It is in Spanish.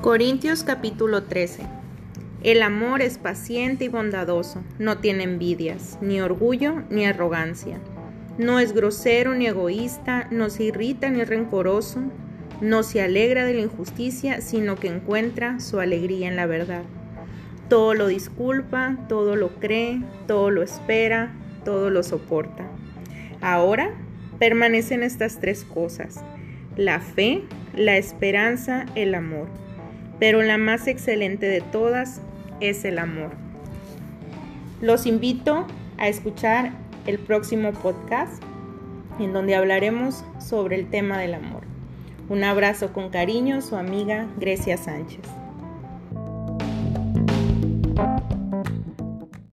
Corintios capítulo 13. El amor es paciente y bondadoso, no tiene envidias, ni orgullo, ni arrogancia. No es grosero ni egoísta, no se irrita ni rencoroso, no se alegra de la injusticia, sino que encuentra su alegría en la verdad. Todo lo disculpa, todo lo cree, todo lo espera, todo lo soporta. Ahora permanecen estas tres cosas: la fe, la esperanza, el amor. Pero la más excelente de todas es el amor. Los invito a escuchar el próximo podcast en donde hablaremos sobre el tema del amor. Un abrazo con cariño, su amiga Grecia Sánchez.